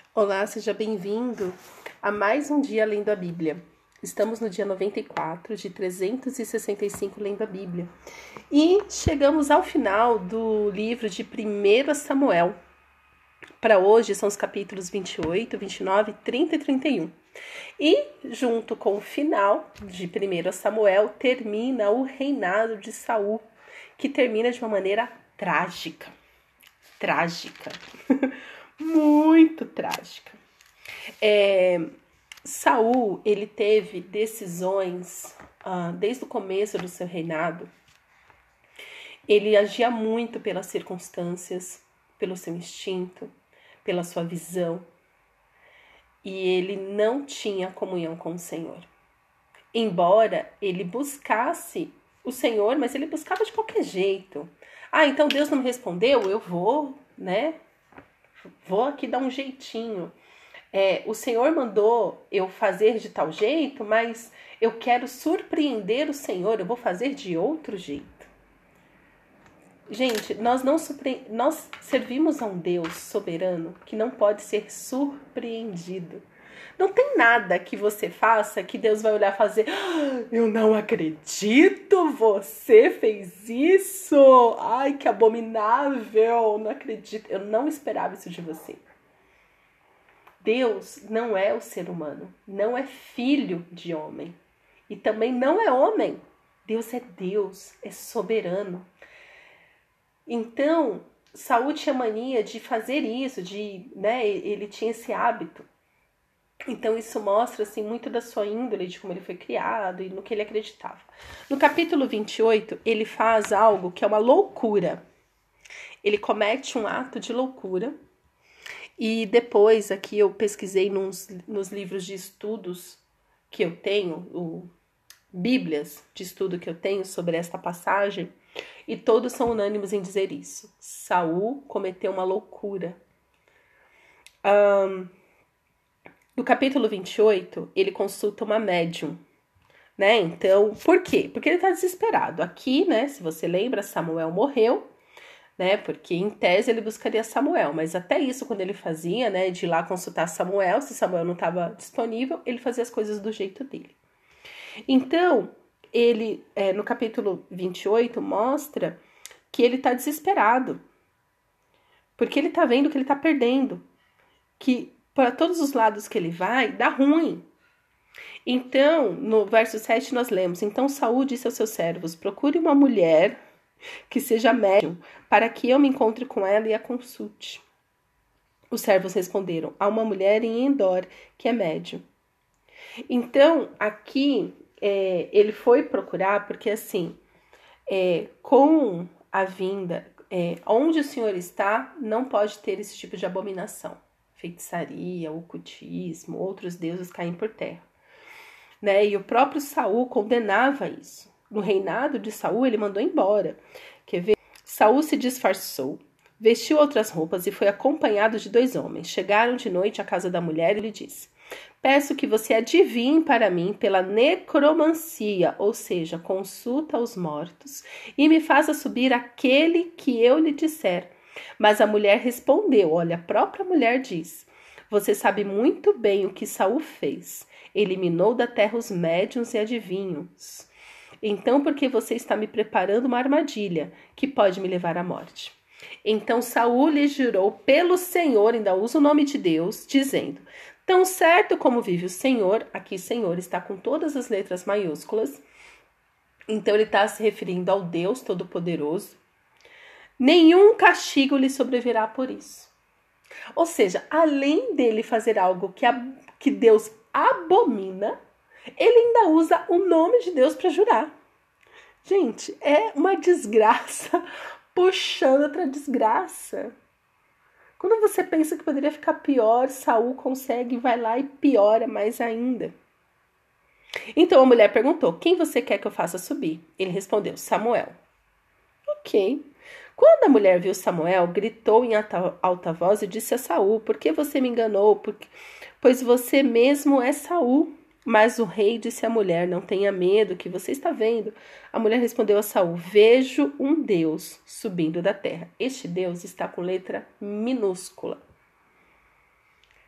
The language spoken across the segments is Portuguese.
Olá, seja bem-vindo a mais um dia lendo a Bíblia. Estamos no dia 94 de 365 lendo a Bíblia. E chegamos ao final do livro de 1 Samuel. Para hoje são os capítulos 28, 29, 30 e 31. E junto com o final de 1 Samuel termina o reinado de Saul, que termina de uma maneira trágica. Muito trágica. Saul, ele teve decisões desde o começo do seu reinado. Ele agia muito pelas circunstâncias, pelo seu instinto, pela sua visão. E ele não tinha comunhão com o Senhor. Embora ele buscasse o Senhor, mas ele buscava de qualquer jeito. Então Deus não me respondeu? Eu vou, Vou aqui dar um jeitinho. O Senhor mandou eu fazer de tal jeito, mas eu quero surpreender o Senhor, eu vou fazer de outro jeito. Gente, nós servimos a um Deus soberano que não pode ser surpreendido. Não tem nada que você faça que Deus vai olhar e fazer: eu não acredito, você fez isso. Ai, que abominável, não acredito. Eu não esperava isso de você. Deus não é o ser humano, não é filho de homem e também não é homem. Deus, é soberano. Então, Saul tinha mania de fazer isso, ele tinha esse hábito. Então, isso mostra assim, muito da sua índole, de como ele foi criado e no que ele acreditava. No capítulo 28, ele faz algo que é uma loucura. Ele comete um ato de loucura. E depois, aqui eu pesquisei nos livros de estudos que eu tenho, bíblias de estudo que eu tenho sobre esta passagem, e todos são unânimes em dizer isso. Saul cometeu uma loucura. No capítulo 28, ele consulta uma médium, Então, por quê? Porque ele está desesperado. Aqui, se você lembra, Samuel morreu, porque em tese ele buscaria Samuel, mas até isso quando ele fazia, de ir lá consultar Samuel, se Samuel não estava disponível, ele fazia as coisas do jeito dele. Então, ele, no capítulo 28, mostra que ele está desesperado, porque ele está vendo que ele está perdendo, que para todos os lados que ele vai, dá ruim. Então, no verso 7 nós lemos: então Saul disse aos seus servos: procure uma mulher que seja médium, para que eu me encontre com ela e a consulte. Os servos responderam: há uma mulher em Endor que é médium. Então, aqui, ele foi procurar, porque assim, com a vinda, onde o Senhor está, não pode ter esse tipo de abominação. Feitiçaria, ocultismo, outros deuses caem por terra. E o próprio Saul condenava isso. No reinado de Saul, ele mandou embora. Quer ver? Saul se disfarçou, vestiu outras roupas e foi acompanhado de 2 homens. Chegaram de noite à casa da mulher e lhe disse: peço que você adivinhe para mim pela necromancia, ou seja, consulta aos mortos, e me faça subir aquele que eu lhe disser. Mas a mulher respondeu, a própria mulher diz: você sabe muito bem o que Saul fez. Eliminou da terra os médiuns e adivinhos. Então, por que você está me preparando uma armadilha que pode me levar à morte? Então Saul lhe jurou pelo Senhor, ainda usa o nome de Deus, dizendo: tão certo como vive o Senhor, aqui Senhor está com todas as letras maiúsculas, então ele está se referindo ao Deus Todo-Poderoso, nenhum castigo lhe sobrevirá por isso. Ou seja, além dele fazer algo que Deus abomina, ele ainda usa o nome de Deus para jurar. Gente, é uma desgraça puxando outra desgraça. Quando você pensa que poderia ficar pior, Saul consegue, vai lá e piora mais ainda. Então a mulher perguntou: quem você quer que eu faça subir? Ele respondeu: Samuel. Ok. Quando a mulher viu Samuel, gritou em alta voz e disse a Saul: por que você me enganou? Pois você mesmo é Saul. Mas o rei disse à mulher: não tenha medo, que você está vendo? A mulher respondeu a Saul: vejo um Deus subindo da terra. Este Deus está com letra minúscula.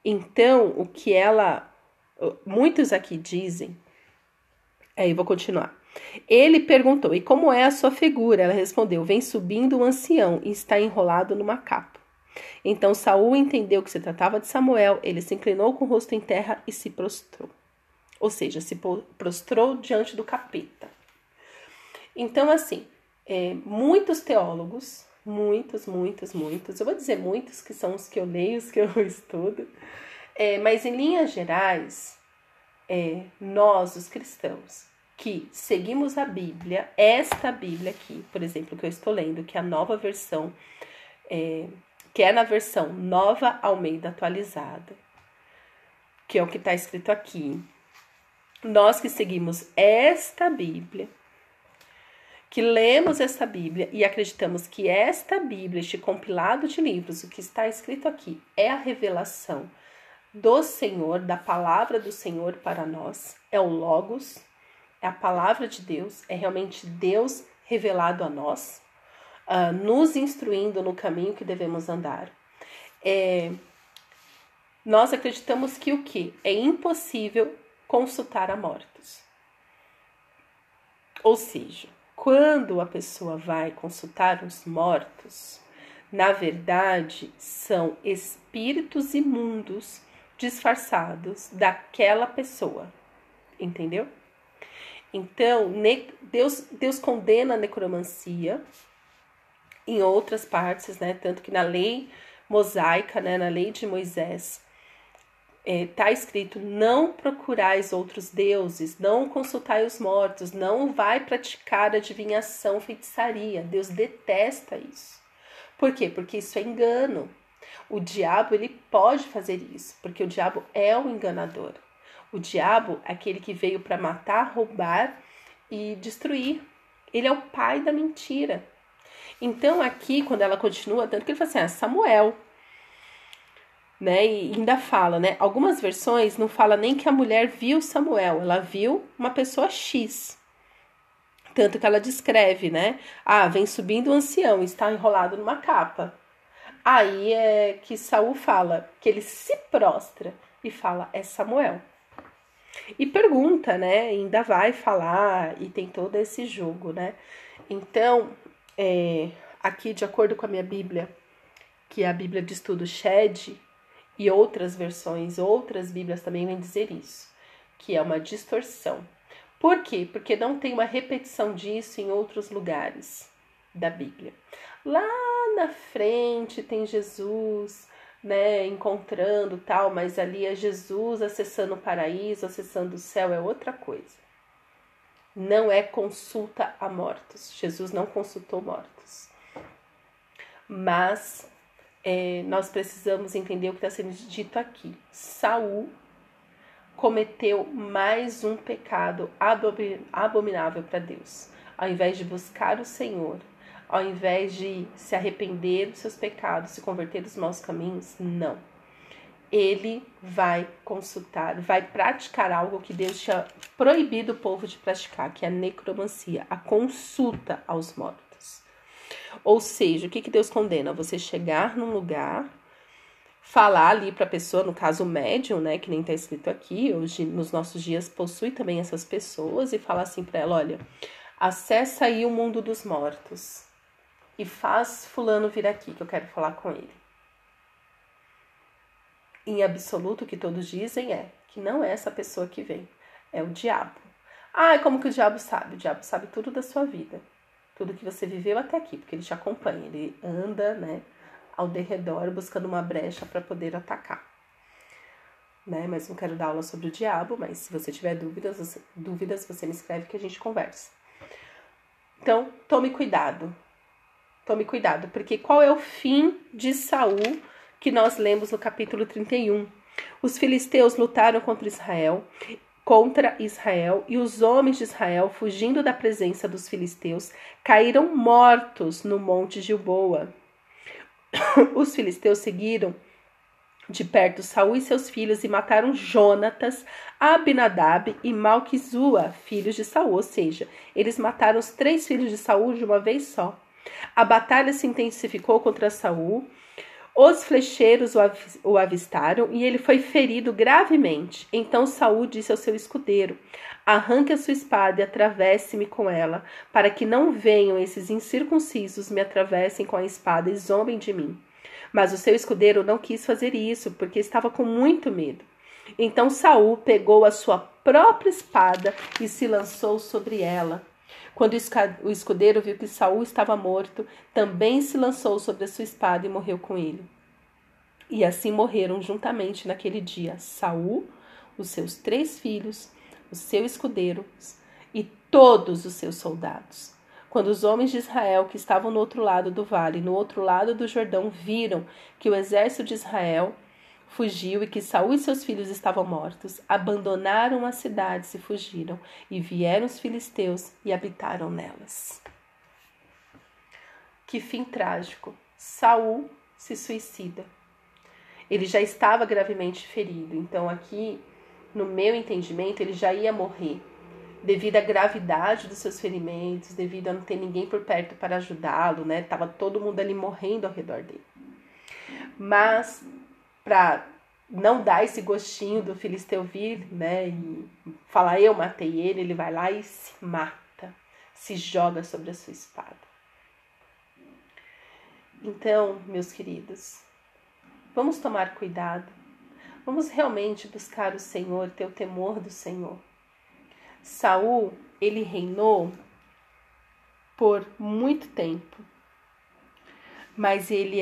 Então, o que muitos aqui dizem, aí eu vou continuar. Ele perguntou, e como é a sua figura? Ela respondeu, vem subindo um ancião e está enrolado numa capa. Então Saul entendeu que se tratava de Samuel, ele se inclinou com o rosto em terra e se prostrou. Ou seja, se prostrou diante do capeta. Então, assim, muitos teólogos, muitos, eu vou dizer muitos, que são os que eu leio, os que eu estudo, mas em linhas gerais, nós, os cristãos, que seguimos a Bíblia, esta Bíblia aqui, por exemplo, que eu estou lendo, que é a nova versão, que é na versão Nova Almeida Atualizada, que é o que está escrito aqui. Nós que seguimos esta Bíblia, que lemos esta Bíblia e acreditamos que esta Bíblia, este compilado de livros, o que está escrito aqui, é a revelação do Senhor, da palavra do Senhor para nós, é o Logos, é a palavra de Deus, é realmente Deus revelado a nós, nos instruindo no caminho que devemos andar. Nós acreditamos que o quê? É impossível consultar a mortos. Ou seja, quando a pessoa vai consultar os mortos, na verdade, são espíritos imundos disfarçados daquela pessoa. Entendeu? Então, Deus condena a necromancia em outras partes, né? Tanto que na lei mosaica, né? Na lei de Moisés, está escrito, não procurais outros deuses, não consultai os mortos, não vai praticar adivinhação, feitiçaria. Deus detesta isso. Por quê? Porque isso é engano. O diabo, ele pode fazer isso, porque o diabo é o enganador. O diabo é aquele que veio para matar, roubar e destruir. Ele é o pai da mentira. Então aqui, quando ela continua, tanto que ele fala assim, Samuel, né? E ainda fala, né? Algumas versões não fala nem que a mulher viu Samuel, ela viu uma pessoa X. Tanto que ela descreve, né? Vem subindo um ancião, está enrolado numa capa. Aí é que Saul fala, que ele se prostra e fala, é Samuel. E pergunta, né? Ainda vai falar e tem todo esse jogo, né? Então, aqui, de acordo com a minha Bíblia, que é a Bíblia de Estudo Shed, e outras versões, outras Bíblias também vêm dizer isso, que é uma distorção. Por quê? Porque não tem uma repetição disso em outros lugares da Bíblia. Lá na frente tem Jesus, né, encontrando tal, mas ali é Jesus acessando o paraíso, acessando o céu, é outra coisa. Não é consulta a mortos. Jesus não consultou mortos. Mas nós precisamos entender o que está sendo dito aqui. Saul cometeu mais um pecado abominável para Deus. Ao invés de buscar o Senhor, ao invés de se arrepender dos seus pecados, se converter dos maus caminhos, não. Ele vai consultar, vai praticar algo que Deus tinha proibido o povo de praticar, que é a necromancia, a consulta aos mortos. Ou seja, o que Deus condena? Você chegar num lugar, falar ali para a pessoa, no caso o médium, né, que nem está escrito aqui, hoje nos nossos dias possui também essas pessoas, e falar assim para ela, olha, acessa aí o mundo dos mortos e faz fulano vir aqui que eu quero falar com ele. Em absoluto, o que todos dizem é que não é essa pessoa que vem, é o diabo. Como que o diabo sabe? O diabo sabe tudo da sua vida, tudo que você viveu até aqui, porque ele te acompanha, ele anda, né, ao derredor buscando uma brecha para poder atacar. Né? Mas não quero dar aula sobre o diabo, mas se você tiver dúvidas, você me escreve que a gente conversa. Então, tome cuidado. Tome cuidado, porque qual é o fim de Saul que nós lemos no capítulo 31? Os filisteus lutaram contra Israel, e os homens de Israel, fugindo da presença dos filisteus, caíram mortos no monte Gilboa. Os filisteus seguiram de perto Saul e seus filhos e mataram Jonatas, Abinadab e Malquizua, filhos de Saul. Ou seja, eles mataram os 3 filhos de Saul de uma vez só. A batalha se intensificou contra Saul. Os flecheiros o avistaram e ele foi ferido gravemente. Então Saul disse ao seu escudeiro: arranque a sua espada e atravesse-me com ela, para que não venham esses incircuncisos me atravessem com a espada e zombem de mim. Mas o seu escudeiro não quis fazer isso, porque estava com muito medo. Então Saul pegou a sua própria espada e se lançou sobre ela. Quando o escudeiro viu que Saul estava morto, também se lançou sobre a sua espada e morreu com ele. E assim morreram juntamente naquele dia Saul, os seus 3 filhos, o seu escudeiro e todos os seus soldados. Quando os homens de Israel que estavam no outro lado do vale, no outro lado do Jordão, viram que o exército de Israel fugiu e que Saul e seus filhos estavam mortos, abandonaram as cidades e fugiram, e vieram os filisteus e habitaram nelas. Que fim trágico! Saul se suicida. Ele já estava gravemente ferido, então aqui, no meu entendimento, ele já ia morrer, devido à gravidade dos seus ferimentos, devido a não ter ninguém por perto para ajudá-lo, né? Tava todo mundo ali morrendo ao redor dele. Mas para não dar esse gostinho do filisteu vir, né, e falar eu matei ele, ele vai lá e se mata, se joga sobre a sua espada. Então, meus queridos, vamos tomar cuidado, vamos realmente buscar o Senhor, ter o temor do Senhor. Saul, ele reinou por muito tempo, mas ele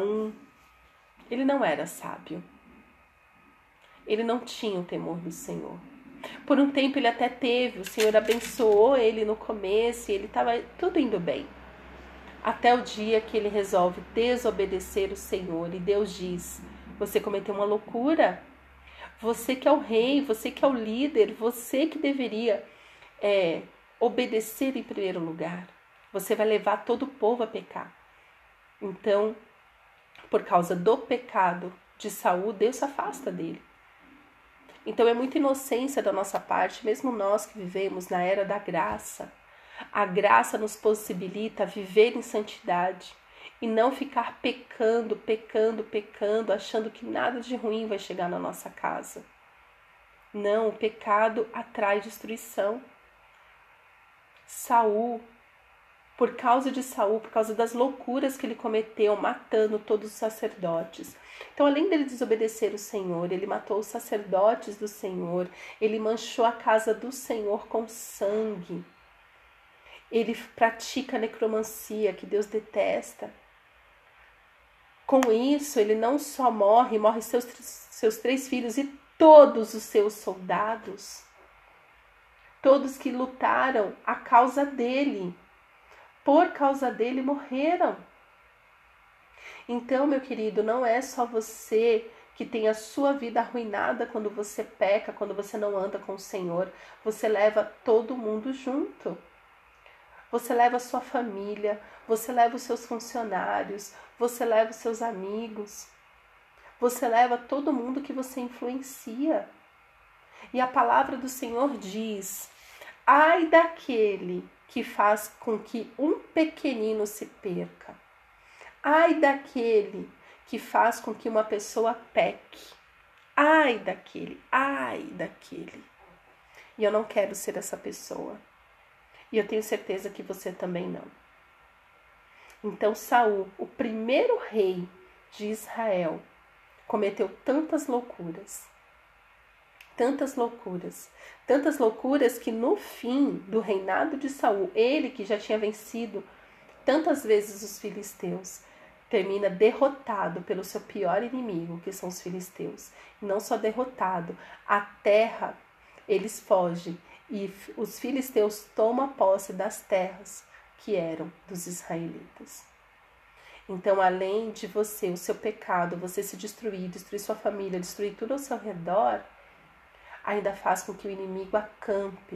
não era sábio. Ele não tinha o temor do Senhor. Por um tempo ele até teve, o Senhor abençoou ele no começo e ele estava tudo indo bem. Até o dia que ele resolve desobedecer o Senhor e Deus diz: você cometeu uma loucura, você que é o rei, você que é o líder, você que deveria obedecer em primeiro lugar. Você vai levar todo o povo a pecar. Então, por causa do pecado de Saul, Deus se afasta dele. Então é muita inocência da nossa parte, mesmo nós que vivemos na era da graça. A graça nos possibilita viver em santidade e não ficar pecando, achando que nada de ruim vai chegar na nossa casa. Não, o pecado atrai destruição. Saul, por causa de Saul, por causa das loucuras que ele cometeu, matando todos os sacerdotes. Então, além dele desobedecer o Senhor, ele matou os sacerdotes do Senhor, ele manchou a casa do Senhor com sangue. Ele pratica a necromancia, que Deus detesta. Com isso, ele não só morre seus 3 filhos e todos os seus soldados, todos que lutaram a causa dele, por causa dele morreram. Então, meu querido, não é só você que tem a sua vida arruinada quando você peca, quando você não anda com o Senhor. Você leva todo mundo junto. Você leva a sua família, você leva os seus funcionários, você leva os seus amigos. Você leva todo mundo que você influencia. E a palavra do Senhor diz: ai daquele que faz com que um pequenino se perca. Ai daquele que faz com que uma pessoa peque. Ai daquele. E eu não quero ser essa pessoa. E eu tenho certeza que você também não. Então Saul, o primeiro rei de Israel, cometeu tantas loucuras que no fim do reinado de Saul, ele que já tinha vencido tantas vezes os filisteus, termina derrotado pelo seu pior inimigo, que são os filisteus. E não só derrotado, a terra, eles fogem e os filisteus tomam posse das terras que eram dos israelitas. Então, além de você, o seu pecado, você se destruir sua família, destruir tudo ao seu redor, ainda faz com que o inimigo acampe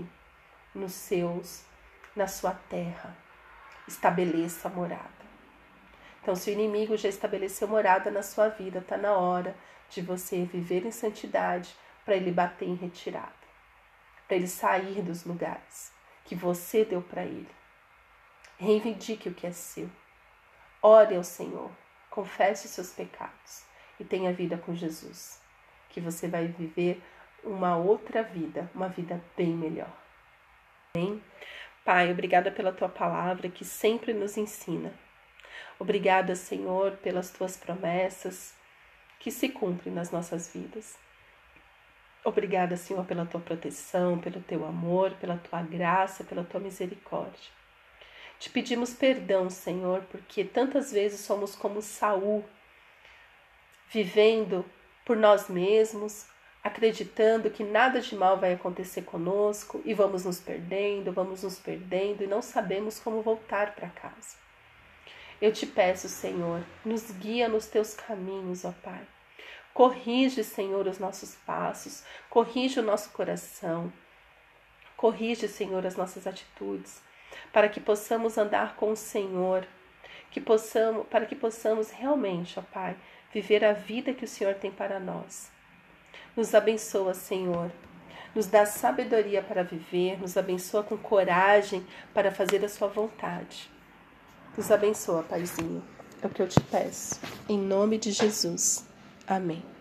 na sua terra, estabeleça morada. Então, se o inimigo já estabeleceu morada na sua vida, está na hora de você viver em santidade para ele bater em retirada, para ele sair dos lugares que você deu para ele. Reivindique o que é seu. Ore ao Senhor confesse os seus pecados e tenha vida com Jesus, que você vai viver uma outra vida, uma vida bem melhor. Amém? Pai, obrigada pela tua palavra que sempre nos ensina. Obrigada, Senhor, pelas tuas promessas que se cumprem nas nossas vidas. Obrigada, Senhor, pela tua proteção, pelo teu amor, pela tua graça, pela tua misericórdia. Te pedimos perdão, Senhor, porque tantas vezes somos como Saul, vivendo por nós mesmos, acreditando que nada de mal vai acontecer conosco e vamos nos perdendo e não sabemos como voltar para casa. Eu te peço, Senhor, nos guia nos teus caminhos, ó Pai. Corrige, Senhor, os nossos passos, corrige o nosso coração, corrige, Senhor, as nossas atitudes, para que possamos andar com o Senhor, para que possamos realmente, ó Pai, viver a vida que o Senhor tem para nós. Nos abençoa, Senhor, nos dá sabedoria para viver, nos abençoa com coragem para fazer a sua vontade. Nos abençoa, Paizinho, é o que eu te peço, em nome de Jesus. Amém.